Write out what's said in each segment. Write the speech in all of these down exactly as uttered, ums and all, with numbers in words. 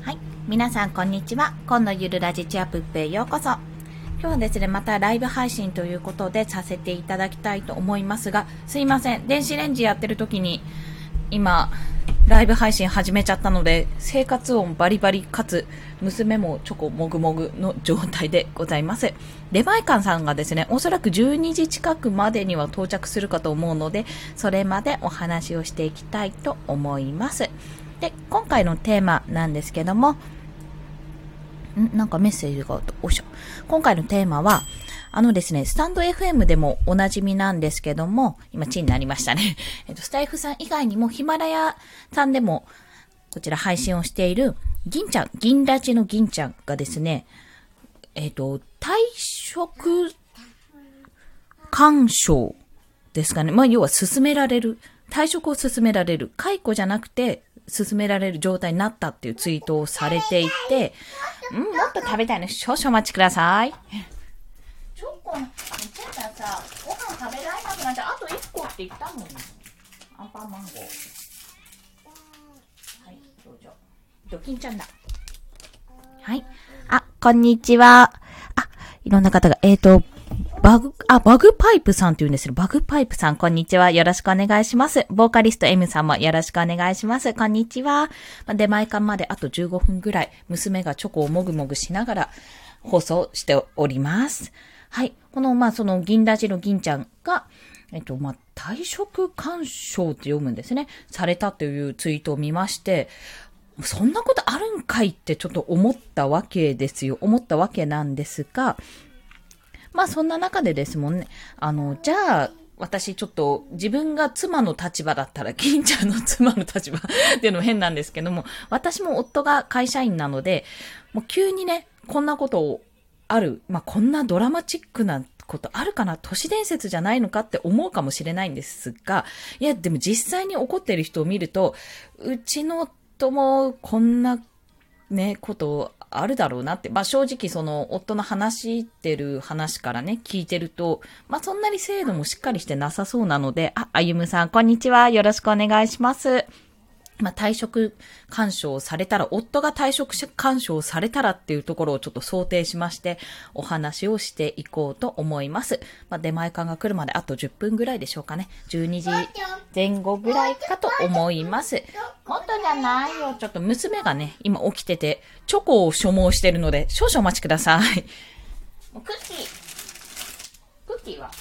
はい。皆さん、こんにちは。今のゆるラジチアップへようこそ。今日はですね、またライブ配信ということでさせていただきたいと思いますが、すいません。電子レンジやってる時に、今、ライブ配信始めちゃったので、生活音バリバリかつ、娘もチョコもぐもぐの状態でございます。出前館さんがですね、おそらくじゅうにじ近くまでには到着するかと思うので、それまでお話をしていきたいと思います。で、今回のテーマなんですけども、んなんかメッセージがあると、おいしょ。今回のテーマは、あのですね、スタンド エフエム でもおなじみなんですけども、今、チになりましたね。えっと、スタイフさん以外にも、ヒマラヤさんでも、こちら配信をしている、銀ちゃん、銀ラジの銀ちゃんがですね、えっと、退職勧奨ですかね。まあ、要は進められる。退職を進められる。解雇じゃなくて、進められる状態になったっていうツイートをされていて、うん、もっと食べたいの。少々お待ちください。チョコ、ちゃんさ、ご飯食べられなくなっちゃう。あといっこって言ったもん。アンパンマンゴー。はい、どうぞ。ドキンちゃんだ。はい。あ、こんにちは。あ、いろんな方が、えーと、バグ、あ、バグパイプさんって言うんですよ。バグパイプさん、こんにちは。よろしくお願いします。ボーカリスト M さんもよろしくお願いします。こんにちは。出前館まであとじゅうごふんぐらい、娘がチョコをもぐもぐしながら放送しております。はい。この、まあ、その銀ラジの銀ちゃんが、えっと、まあ、退職勧奨って読むんですね。されたというツイートを見まして、そんなことあるんかいってちょっと思ったわけですよ。思ったわけなんですが、まあそんな中でですもんね。あの、じゃあ、私ちょっと自分が妻の立場だったら、銀ちゃんの妻の立場っていうのも変なんですけども、私も夫が会社員なので、もう急にね、こんなことある、まあこんなドラマチックなことあるかな、都市伝説じゃないのかって思うかもしれないんですが、いやでも実際に起こっている人を見ると、うちの夫もこんなね、ことあるだろうなって。まあ正直その夫の話してる話からね、聞いてると、まあそんなに制度もしっかりしてなさそうなので、あ、あゆむさん、こんにちは。よろしくお願いします。まあ退職勧奨されたら、夫が退職勧奨されたらっていうところをちょっと想定しまして、お話をしていこうと思います。まあ出前館が来るまであとじゅっぷんぐらいでしょうかね。じゅうにじぜん後ぐらいかと思います。もっとじゃないよ。ちょっと娘がね、今起きてて、チョコを所望してるので、少々お待ちください。クッキー。クッキーは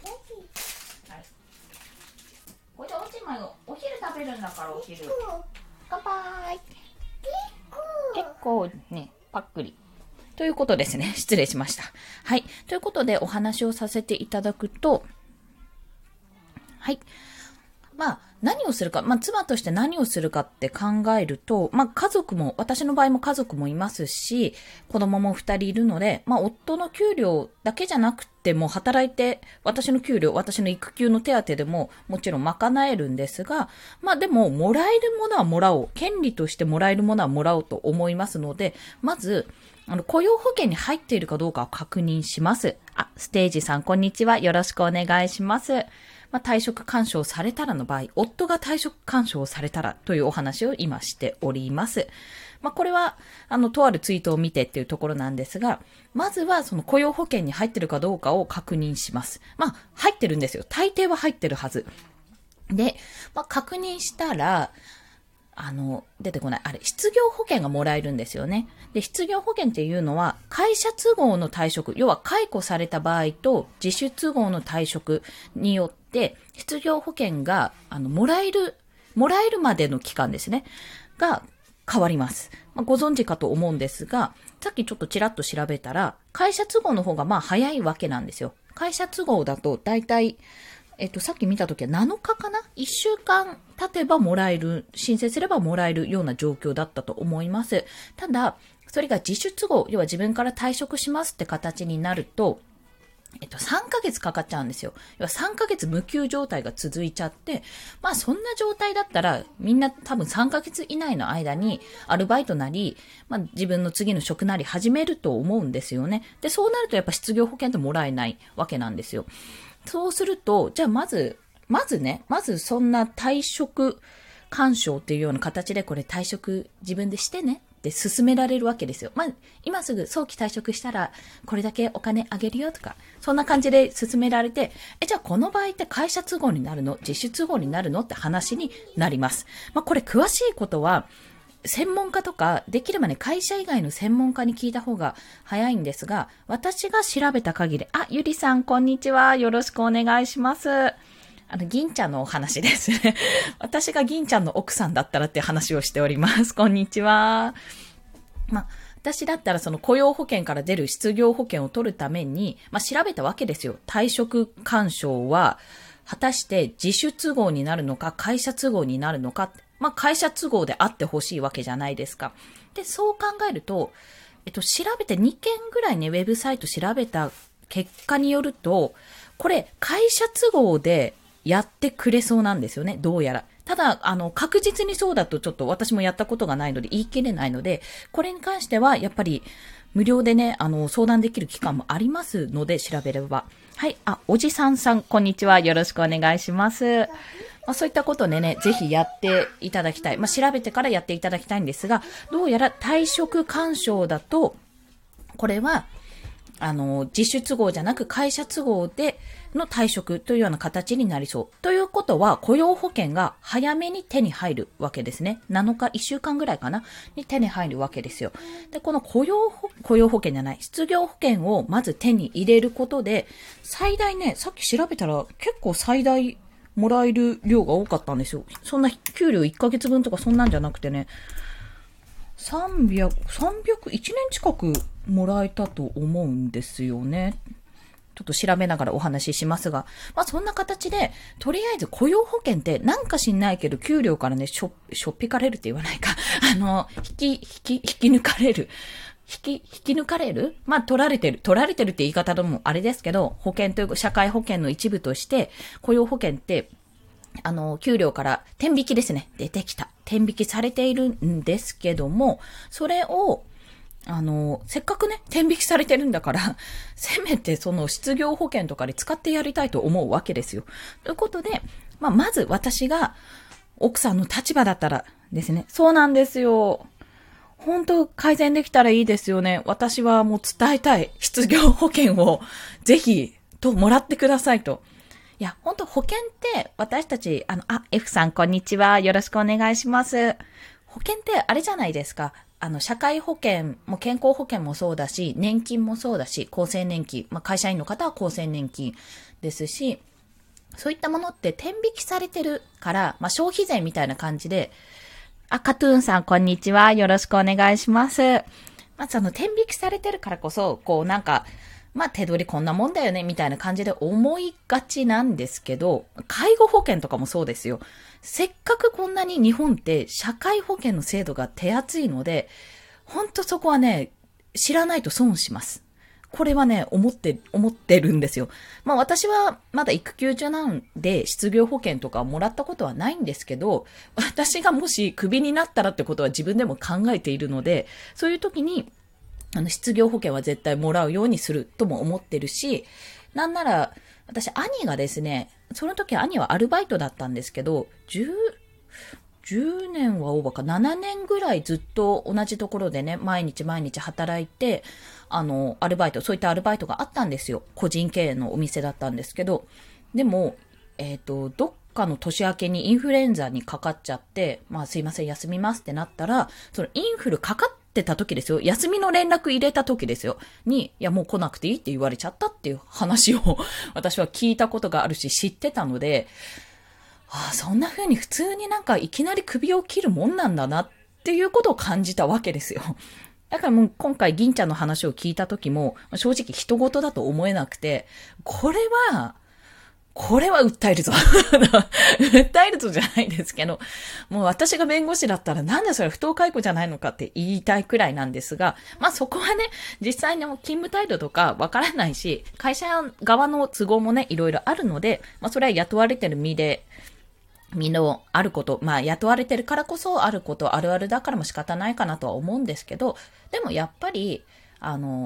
これでおしまいを、お昼食べるんだからお昼。乾杯。結構ね、パックリ。ということですね。失礼しました。はい。ということでお話をさせていただくと、はい。まあ、何をするか、まあ、妻として何をするかって考えると、まあ、家族も、私の場合も家族もいますし、子供も二人いるので、まあ、夫の給料だけじゃなくても、働いて、私の給料、私の育休の手当でも、もちろん賄えるんですが、まあ、でも、もらえるものはもらおう。権利としてもらえるものはもらおうと思いますので、まず、あの、雇用保険に入っているかどうかを確認します。あ、ステージさん、こんにちは。よろしくお願いします。まあ、退職勧奨されたらの場合、夫が退職勧奨されたらというお話を今しております。まあ、これは、あの、とあるツイートを見てっていうところなんですが、まずはその雇用保険に入ってるかどうかを確認します。まあ、入ってるんですよ。大抵は入ってるはず。で、まあ、確認したら、あの、出てこない。あれ、失業保険がもらえるんですよね。で、失業保険っていうのは、会社都合の退職、要は解雇された場合と、自主都合の退職によって、失業保険が、あの、もらえる、もらえるまでの期間ですね。が、変わります。まあ、ご存知かと思うんですが、さっきちょっとちらっと調べたら、会社都合の方がまあ早いわけなんですよ。会社都合だと、だいたい、えっと、さっき見たときはなのかかな ?いっ 週間経てばもらえる、申請すればもらえるような状況だったと思います。ただ、それが自主都合、要は自分から退職しますって形になると、えっと、さんかげつかかっちゃうんですよ。要はさんかげつ無給状態が続いちゃって、まあそんな状態だったら、みんな多分さんかげつ以内の間にアルバイトなり、まあ自分の次の職なり始めると思うんですよね。で、そうなるとやっぱ失業保険ってもらえないわけなんですよ。そうすると、じゃあまず、まずね、まずそんな退職勧奨っていうような形でこれ退職自分でしてねって勧められるわけですよ。まあ、今すぐ早期退職したら、これだけお金あげるよとか、そんな感じで勧められて、え、じゃあこの場合って会社都合になるの？自主都合になるの？って話になります。まあ、これ詳しいことは、専門家とか、できればね、会社以外の専門家に聞いた方が早いんですが、私が調べた限り、あ、ゆりさん、こんにちは。よろしくお願いします。あの、銀ちゃんのお話ですね。私が銀ちゃんの奥さんだったらって話をしております。こんにちは。まあ、私だったらその雇用保険から出る失業保険を取るために、まあ、調べたわけですよ。退職勧奨は、果たして自主都合になるのか、会社都合になるのか。まあ、会社都合であってほしいわけじゃないですか。で、そう考えると、えっと、調べてにけんぐらいね、ウェブサイト調べた結果によると、これ、会社都合でやってくれそうなんですよね、どうやら。ただ、あの、確実にそうだとちょっと私もやったことがないので言い切れないので、これに関しては、やっぱり、無料でね、あの、相談できる期間もありますので、調べれば。はい、あ、おじさんさん、こんにちは。よろしくお願いします。まあ、そういったことでね、ぜひやっていただきたい。まあ、調べてからやっていただきたいんですが、どうやら退職勧奨だと、これは、あの、自主都合じゃなく会社都合での退職というような形になりそう。ということは、雇用保険が早めに手に入るわけですね。なのか、いっしゅうかんぐらいかなに手に入るわけですよ。で、この雇用保、雇用保険じゃない、失業保険をまず手に入れることで、最大ね、さっき調べたら結構最大もらえる量が多かったんですよ。そんな給料いっかげつぶんとかそんなんじゃなくてね、さんびゃく、さんびゃく、いちねん近くもらえたと思うんですよね。ちょっと調べながらお話ししますが、まあそんな形で、とりあえず雇用保険ってなんか知んないけど、給料からね、しょ、しょっぴかれるって言わないか。あの、引き、引き、引き抜かれる。引き、引き抜かれるまあ取られてる。取られてるって言い方でもあれですけど、保険という社会保険の一部として、雇用保険って、あの、給料から天引きですね。出てきた。天引きされているんですけども、それを、あの、せっかくね、天引きされてるんだから、せめてその失業保険とかで使ってやりたいと思うわけですよ。ということで、まあ、まず私が奥さんの立場だったらですね、そうなんですよ。本当改善できたらいいですよね。私はもう伝えたい。失業保険をぜひともらってくださいと。いや、本当保険って私たち、あの、あ、F さんこんにちは。よろしくお願いします。保険ってあれじゃないですか。あの、社会保険も健康保険もそうだし、年金もそうだし、厚生年金。まあ、会社員の方は厚生年金ですし、そういったものって天引きされてるから、まあ、消費税みたいな感じで、あ、カトゥーンさん、こんにちは。よろしくお願いします。まあ、その、天引きされてるからこそ、こう、なんか、まあ、手取りこんなもんだよね、みたいな感じで思いがちなんですけど、介護保険とかもそうですよ。せっかくこんなに日本って社会保険の制度が手厚いので、ほんとそこはね、知らないと損します。これはね、思って、思ってるんですよ。まあ私はまだ育休中なんで失業保険とかもらったことはないんですけど、私がもしクビになったらってことは自分でも考えているので、そういう時に、あの、失業保険は絶対もらうようにするとも思ってるし、なんなら、私、兄がですね、その時兄はアルバイトだったんですけど、じゅう、じゅうねんはオーバーか、ななねんぐらいずっと同じところでね、毎日毎日働いて、あの、アルバイト、そういったアルバイトがあったんですよ。個人経営のお店だったんですけど、でも、えっと、どっかの年明けにインフルエンザにかかっちゃって、まあすいません、休みますってなったら、そのインフルかかってた時ですよ。休みの連絡入れた時ですよ。に、いやもう来なくていいって言われちゃったっていう話を私は聞いたことがあるし知ってたので、ああ、そんな風に普通になんかいきなり首を切るもんなんだなっていうことを感じたわけですよ。だからもう今回銀ちゃんの話を聞いた時も正直人事だと思えなくて、これは、これは訴えるぞ。訴えるぞじゃないですけど、もう私が弁護士だったらなんでそれ不当解雇じゃないのかって言いたいくらいなんですが、まあそこはね、実際の勤務態度とかわからないし、会社側の都合もね、いろいろあるので、まあそれは雇われてる身で、身のあること、まあ雇われてるからこそあること、あるあるだからも仕方ないかなとは思うんですけど、でもやっぱり、あの、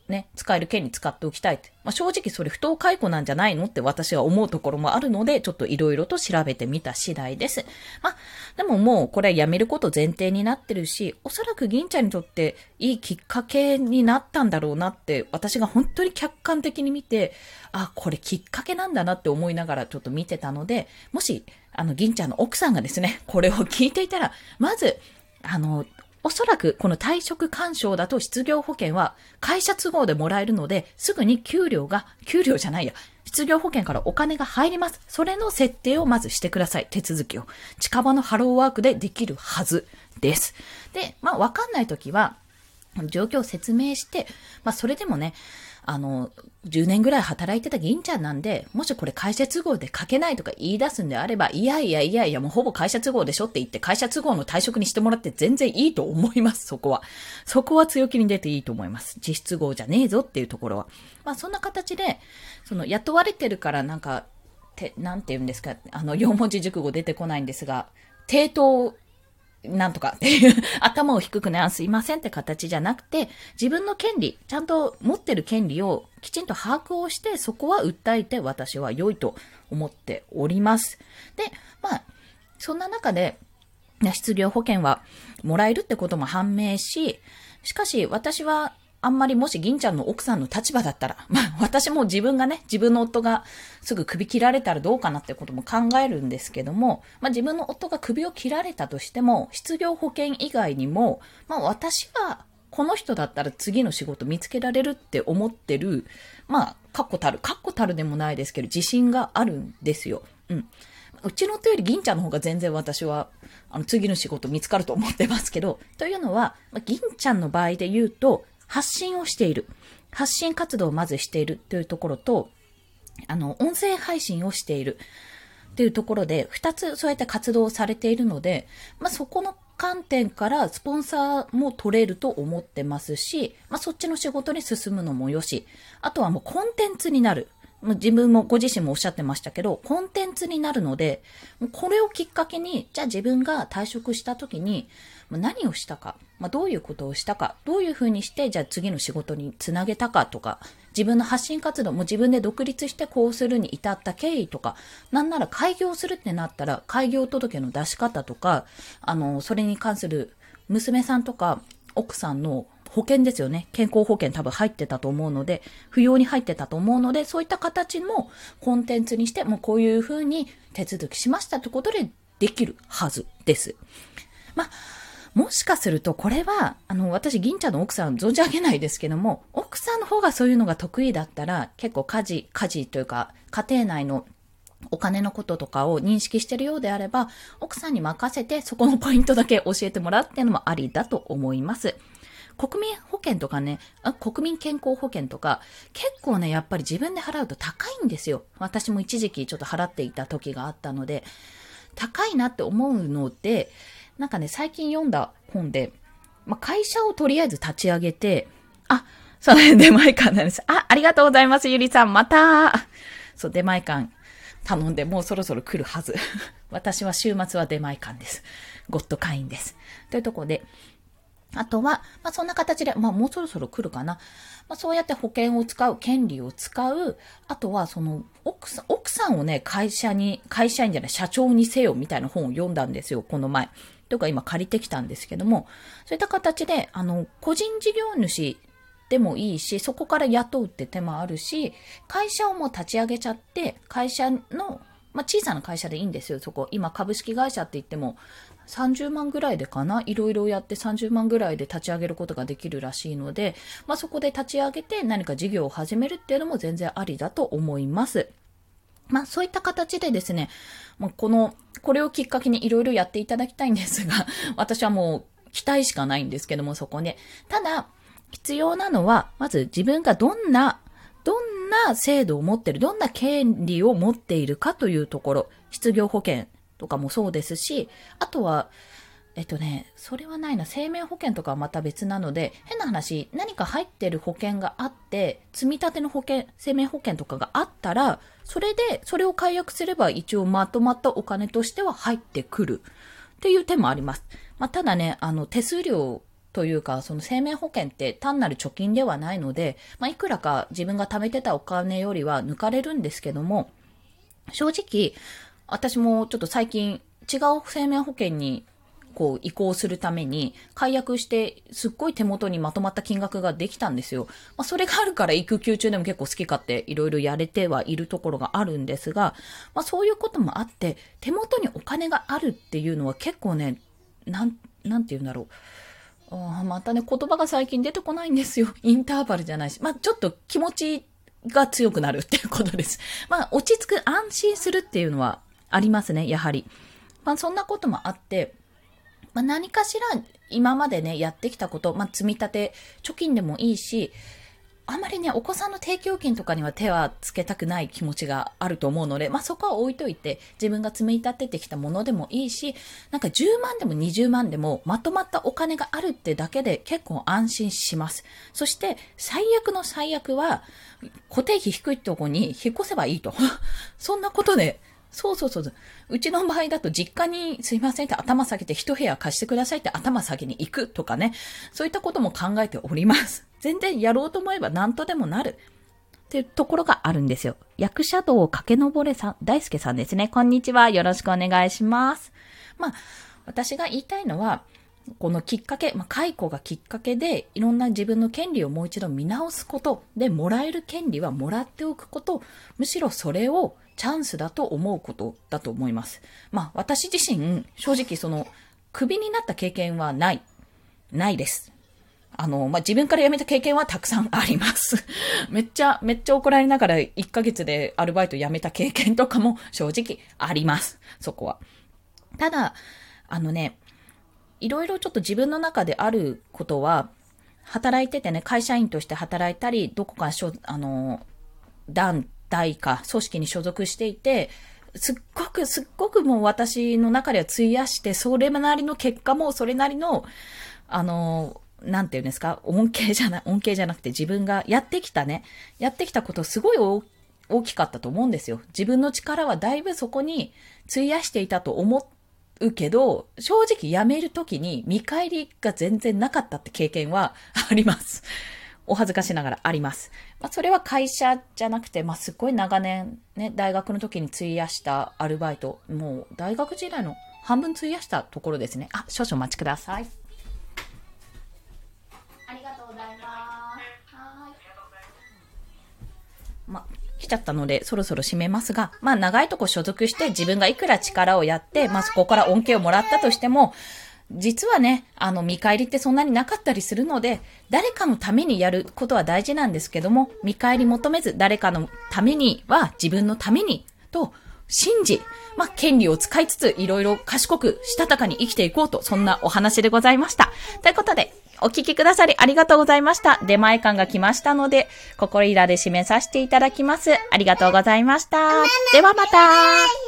ね、使える権利使っておきたいって。まあ、正直それ不当解雇なんじゃないのって私は思うところもあるので、ちょっといろいろと調べてみた次第です。まあ、でももうこれはやめること前提になってるし、おそらく銀ちゃんにとっていいきっかけになったんだろうなって、私が本当に客観的に見て、あ、これきっかけなんだなって思いながらちょっと見てたので、もし、あの、銀ちゃんの奥さんがですね、これを聞いていたら、まず、あの、おそらくこの退職勧奨だと失業保険は会社都合でもらえるので、すぐに給料が、給料じゃないや、失業保険からお金が入ります。それの設定をまずしてください。手続きを。近場のハローワークでできるはずです。で、まあわかんないときは、状況を説明して、まあそれでもね、あの、じゅうねんぐらい働いてた銀ちゃんなんで、もしこれ会社都合で書けないとか言い出すんであれば、いやいやいやいや、もうほぼ会社都合でしょって言って、会社都合の退職にしてもらって全然いいと思います、そこは。そこは強気に出ていいと思います。実質合じゃねえぞっていうところは。まあそんな形で、その雇われてるからなんか、て、なんて言うんですか、あの、よん文字熟語出てこないんですが、抵当、なんとかっていう頭を低くね、あ、すいませんって形じゃなくて、自分の権利、ちゃんと持ってる権利をきちんと把握をして、そこは訴えて私は良いと思っております。で、まあ、そんな中で、失業保険はもらえるってことも判明し、しかし私はあんまりもし銀ちゃんの奥さんの立場だったら、まあ私も自分がね、自分の夫がすぐ首切られたらどうかなってことも考えるんですけども、まあ自分の夫が首を切られたとしても、失業保険以外にも、まあ私はこの人だったら次の仕事見つけられるって思ってる、まあ、確固たる、確固たるでもないですけど、自信があるんですよ。うん。うちの夫より銀ちゃんの方が全然私は、あの、次の仕事見つかると思ってますけど、というのは、銀ちゃんの場合で言うと、発信をしている。発信活動をまずしているというところと、あの、音声配信をしているというところで、二つそうやって活動をされているので、まあ、そこの観点からスポンサーも取れると思ってますし、まあ、そっちの仕事に進むのもよし、あとはもうコンテンツになる。自分もご自身もおっしゃってましたけど、コンテンツになるので、これをきっかけに、じゃあ自分が退職した時に、何をしたか、まあ、どういうことをしたか、どういうふうにして、じゃあ次の仕事につなげたかとか、自分の発信活動も自分で独立してこうするに至った経緯とか、なんなら開業するってなったら、開業届の出し方とか、あの、それに関する娘さんとか奥さんの保険ですよね。健康保険多分入ってたと思うので、扶養に入ってたと思うので、そういった形もコンテンツにして、もうこういう風に手続きしましたということでできるはずです。まあ、もしかするとこれは、あの、私銀ちゃんの奥さん存じ上げないですけども、奥さんの方がそういうのが得意だったら、結構家事、家事というか、家庭内のお金のこととかを認識しているようであれば、奥さんに任せてそこのポイントだけ教えてもらうっていうのもありだと思います。国民保険とかね、国民健康保険とか、結構ね、やっぱり自分で払うと高いんですよ。私も一時期ちょっと払っていた時があったので、高いなって思うので、なんかね、最近読んだ本で、まあ、会社をとりあえず立ち上げて、あ、そうね、出前館なんです。あ、ありがとうございます、ゆりさん。また、そう、出前館頼んで、もうそろそろ来るはず。私は週末は出前館です。ゴッド会員です。というところで、あとは、まあ、そんな形で、まあ、もうそろそろ来るかな。まあ、そうやって保険を使う、権利を使う、あとは、その、奥さん、奥さんをね、会社に、会社員じゃない、社長にせよ、みたいな本を読んだんですよ、この前。とか今借りてきたんですけども、そういった形で、あの、個人事業主でもいいし、そこから雇うって手もあるし、会社をもう立ち上げちゃって、会社の、まあ、小さな会社でいいんですよ、そこ。今、株式会社って言っても、さんじゅうまんぐらいでかないろいろやってさんじゅうまんぐらいで立ち上げることができるらしいので、まあ、そこで立ち上げて何か事業を始めるっていうのも全然ありだと思います。まあ、そういった形でですね、まあ、この、これをきっかけにいろいろやっていただきたいんですが、私はもう期待しかないんですけども、そこね。ただ、必要なのは、まず自分がどんな、どんな制度を持っている、どんな権利を持っているかというところ、失業保険とかもそうですし、あとは、えっとね、それはないな、生命保険とかはまた別なので、変な話、何か入ってる保険があって、積み立ての保険、生命保険とかがあったら、それで、それを解約すれば一応まとまったお金としては入ってくるっていう手もあります。まあ、ただね、あの、手数料というか、その生命保険って単なる貯金ではないので、まあ、いくらか自分が貯めてたお金よりは抜かれるんですけども、正直、私もちょっと最近違う生命保険にこう移行するために解約してすっごい手元にまとまった金額ができたんですよ。まあ、それがあるから育休中でも結構好き勝手いろいろやれてはいるところがあるんですが、まあ、そういうこともあって手元にお金があるっていうのは結構ね、なん、なんて言うんだろう。あまたね、言葉が最近出てこないんですよ。インターバルじゃないし。まあ、ちょっと気持ちが強くなるっていうことです。まあ、落ち着く、安心するっていうのはありますね、やはり。まあ、そんなこともあって、まあ、何かしら今までね、やってきたこと、まあ、積み立て、貯金でもいいし、あんまりね、お子さんの定期預金とかには手はつけたくない気持ちがあると思うので、まあ、そこは置いといて、自分が積み立ててきたものでもいいし、なんかじゅうまんでもにじゅうまんでもまとまったお金があるってだけで結構安心します。そして、最悪の最悪は、固定費低いとこに引っ越せばいいと。そんなことで、そうそうそう。うちの場合だと実家にすいませんって頭下げて一部屋貸してくださいって頭下げに行くとかね。そういったことも考えております。全然やろうと思えば何とでもなるっていうところがあるんですよ。役者道を駆け上れさん、大輔さんですね。こんにちは。よろしくお願いします。まあ、私が言いたいのは、このきっかけ、まあ、解雇がきっかけで、いろんな自分の権利をもう一度見直すことで、もらえる権利はもらっておくこと、むしろそれをチャンスだと思うことだと思います。まあ、私自身、正直その、クビになった経験はない。ないです。あの、まあ、自分から辞めた経験はたくさんあります。めっちゃ、めっちゃ怒られながらいっかげつでアルバイト辞めた経験とかも正直あります。そこは。ただ、あのね、いろいろちょっと自分の中であることは、働いててね、会社員として働いたり、どこかしょ、あの、団体か組織に所属していて、すっごくすっごくもう私の中では費やして、それなりの結果もそれなりの、あの、なんていうんですか、恩恵じゃない、恩恵じゃなくて自分がやってきたね、やってきたことすごい大大きかったと思うんですよ。自分の力はだいぶそこに費やしていたと思って、うけど、正直辞めるときに見返りが全然なかったって経験はあります。お恥ずかしながらあります。まあ、それは会社じゃなくて、まあ、すっごい長年ね、大学の時に費やしたアルバイト、もう大学時代の半分費やしたところですね。あ、少々お待ちください。ありがとうございます。はい。まあ来ちゃったので、そろそろ締めますが、まあ長いとこ所属して自分がいくら力をやって、まあそこから恩恵をもらったとしても、実はね、あの見返りってそんなになかったりするので、誰かのためにやることは大事なんですけども、見返り求めず誰かのためには自分のためにと信じ、まあ権利を使いつついろいろ賢くしたたかに生きていこうと、そんなお話でございました。ということで、お聞きくださりありがとうございました。出前館が来ましたので、ここいらで締めさせていただきます。ありがとうございました。ではまた。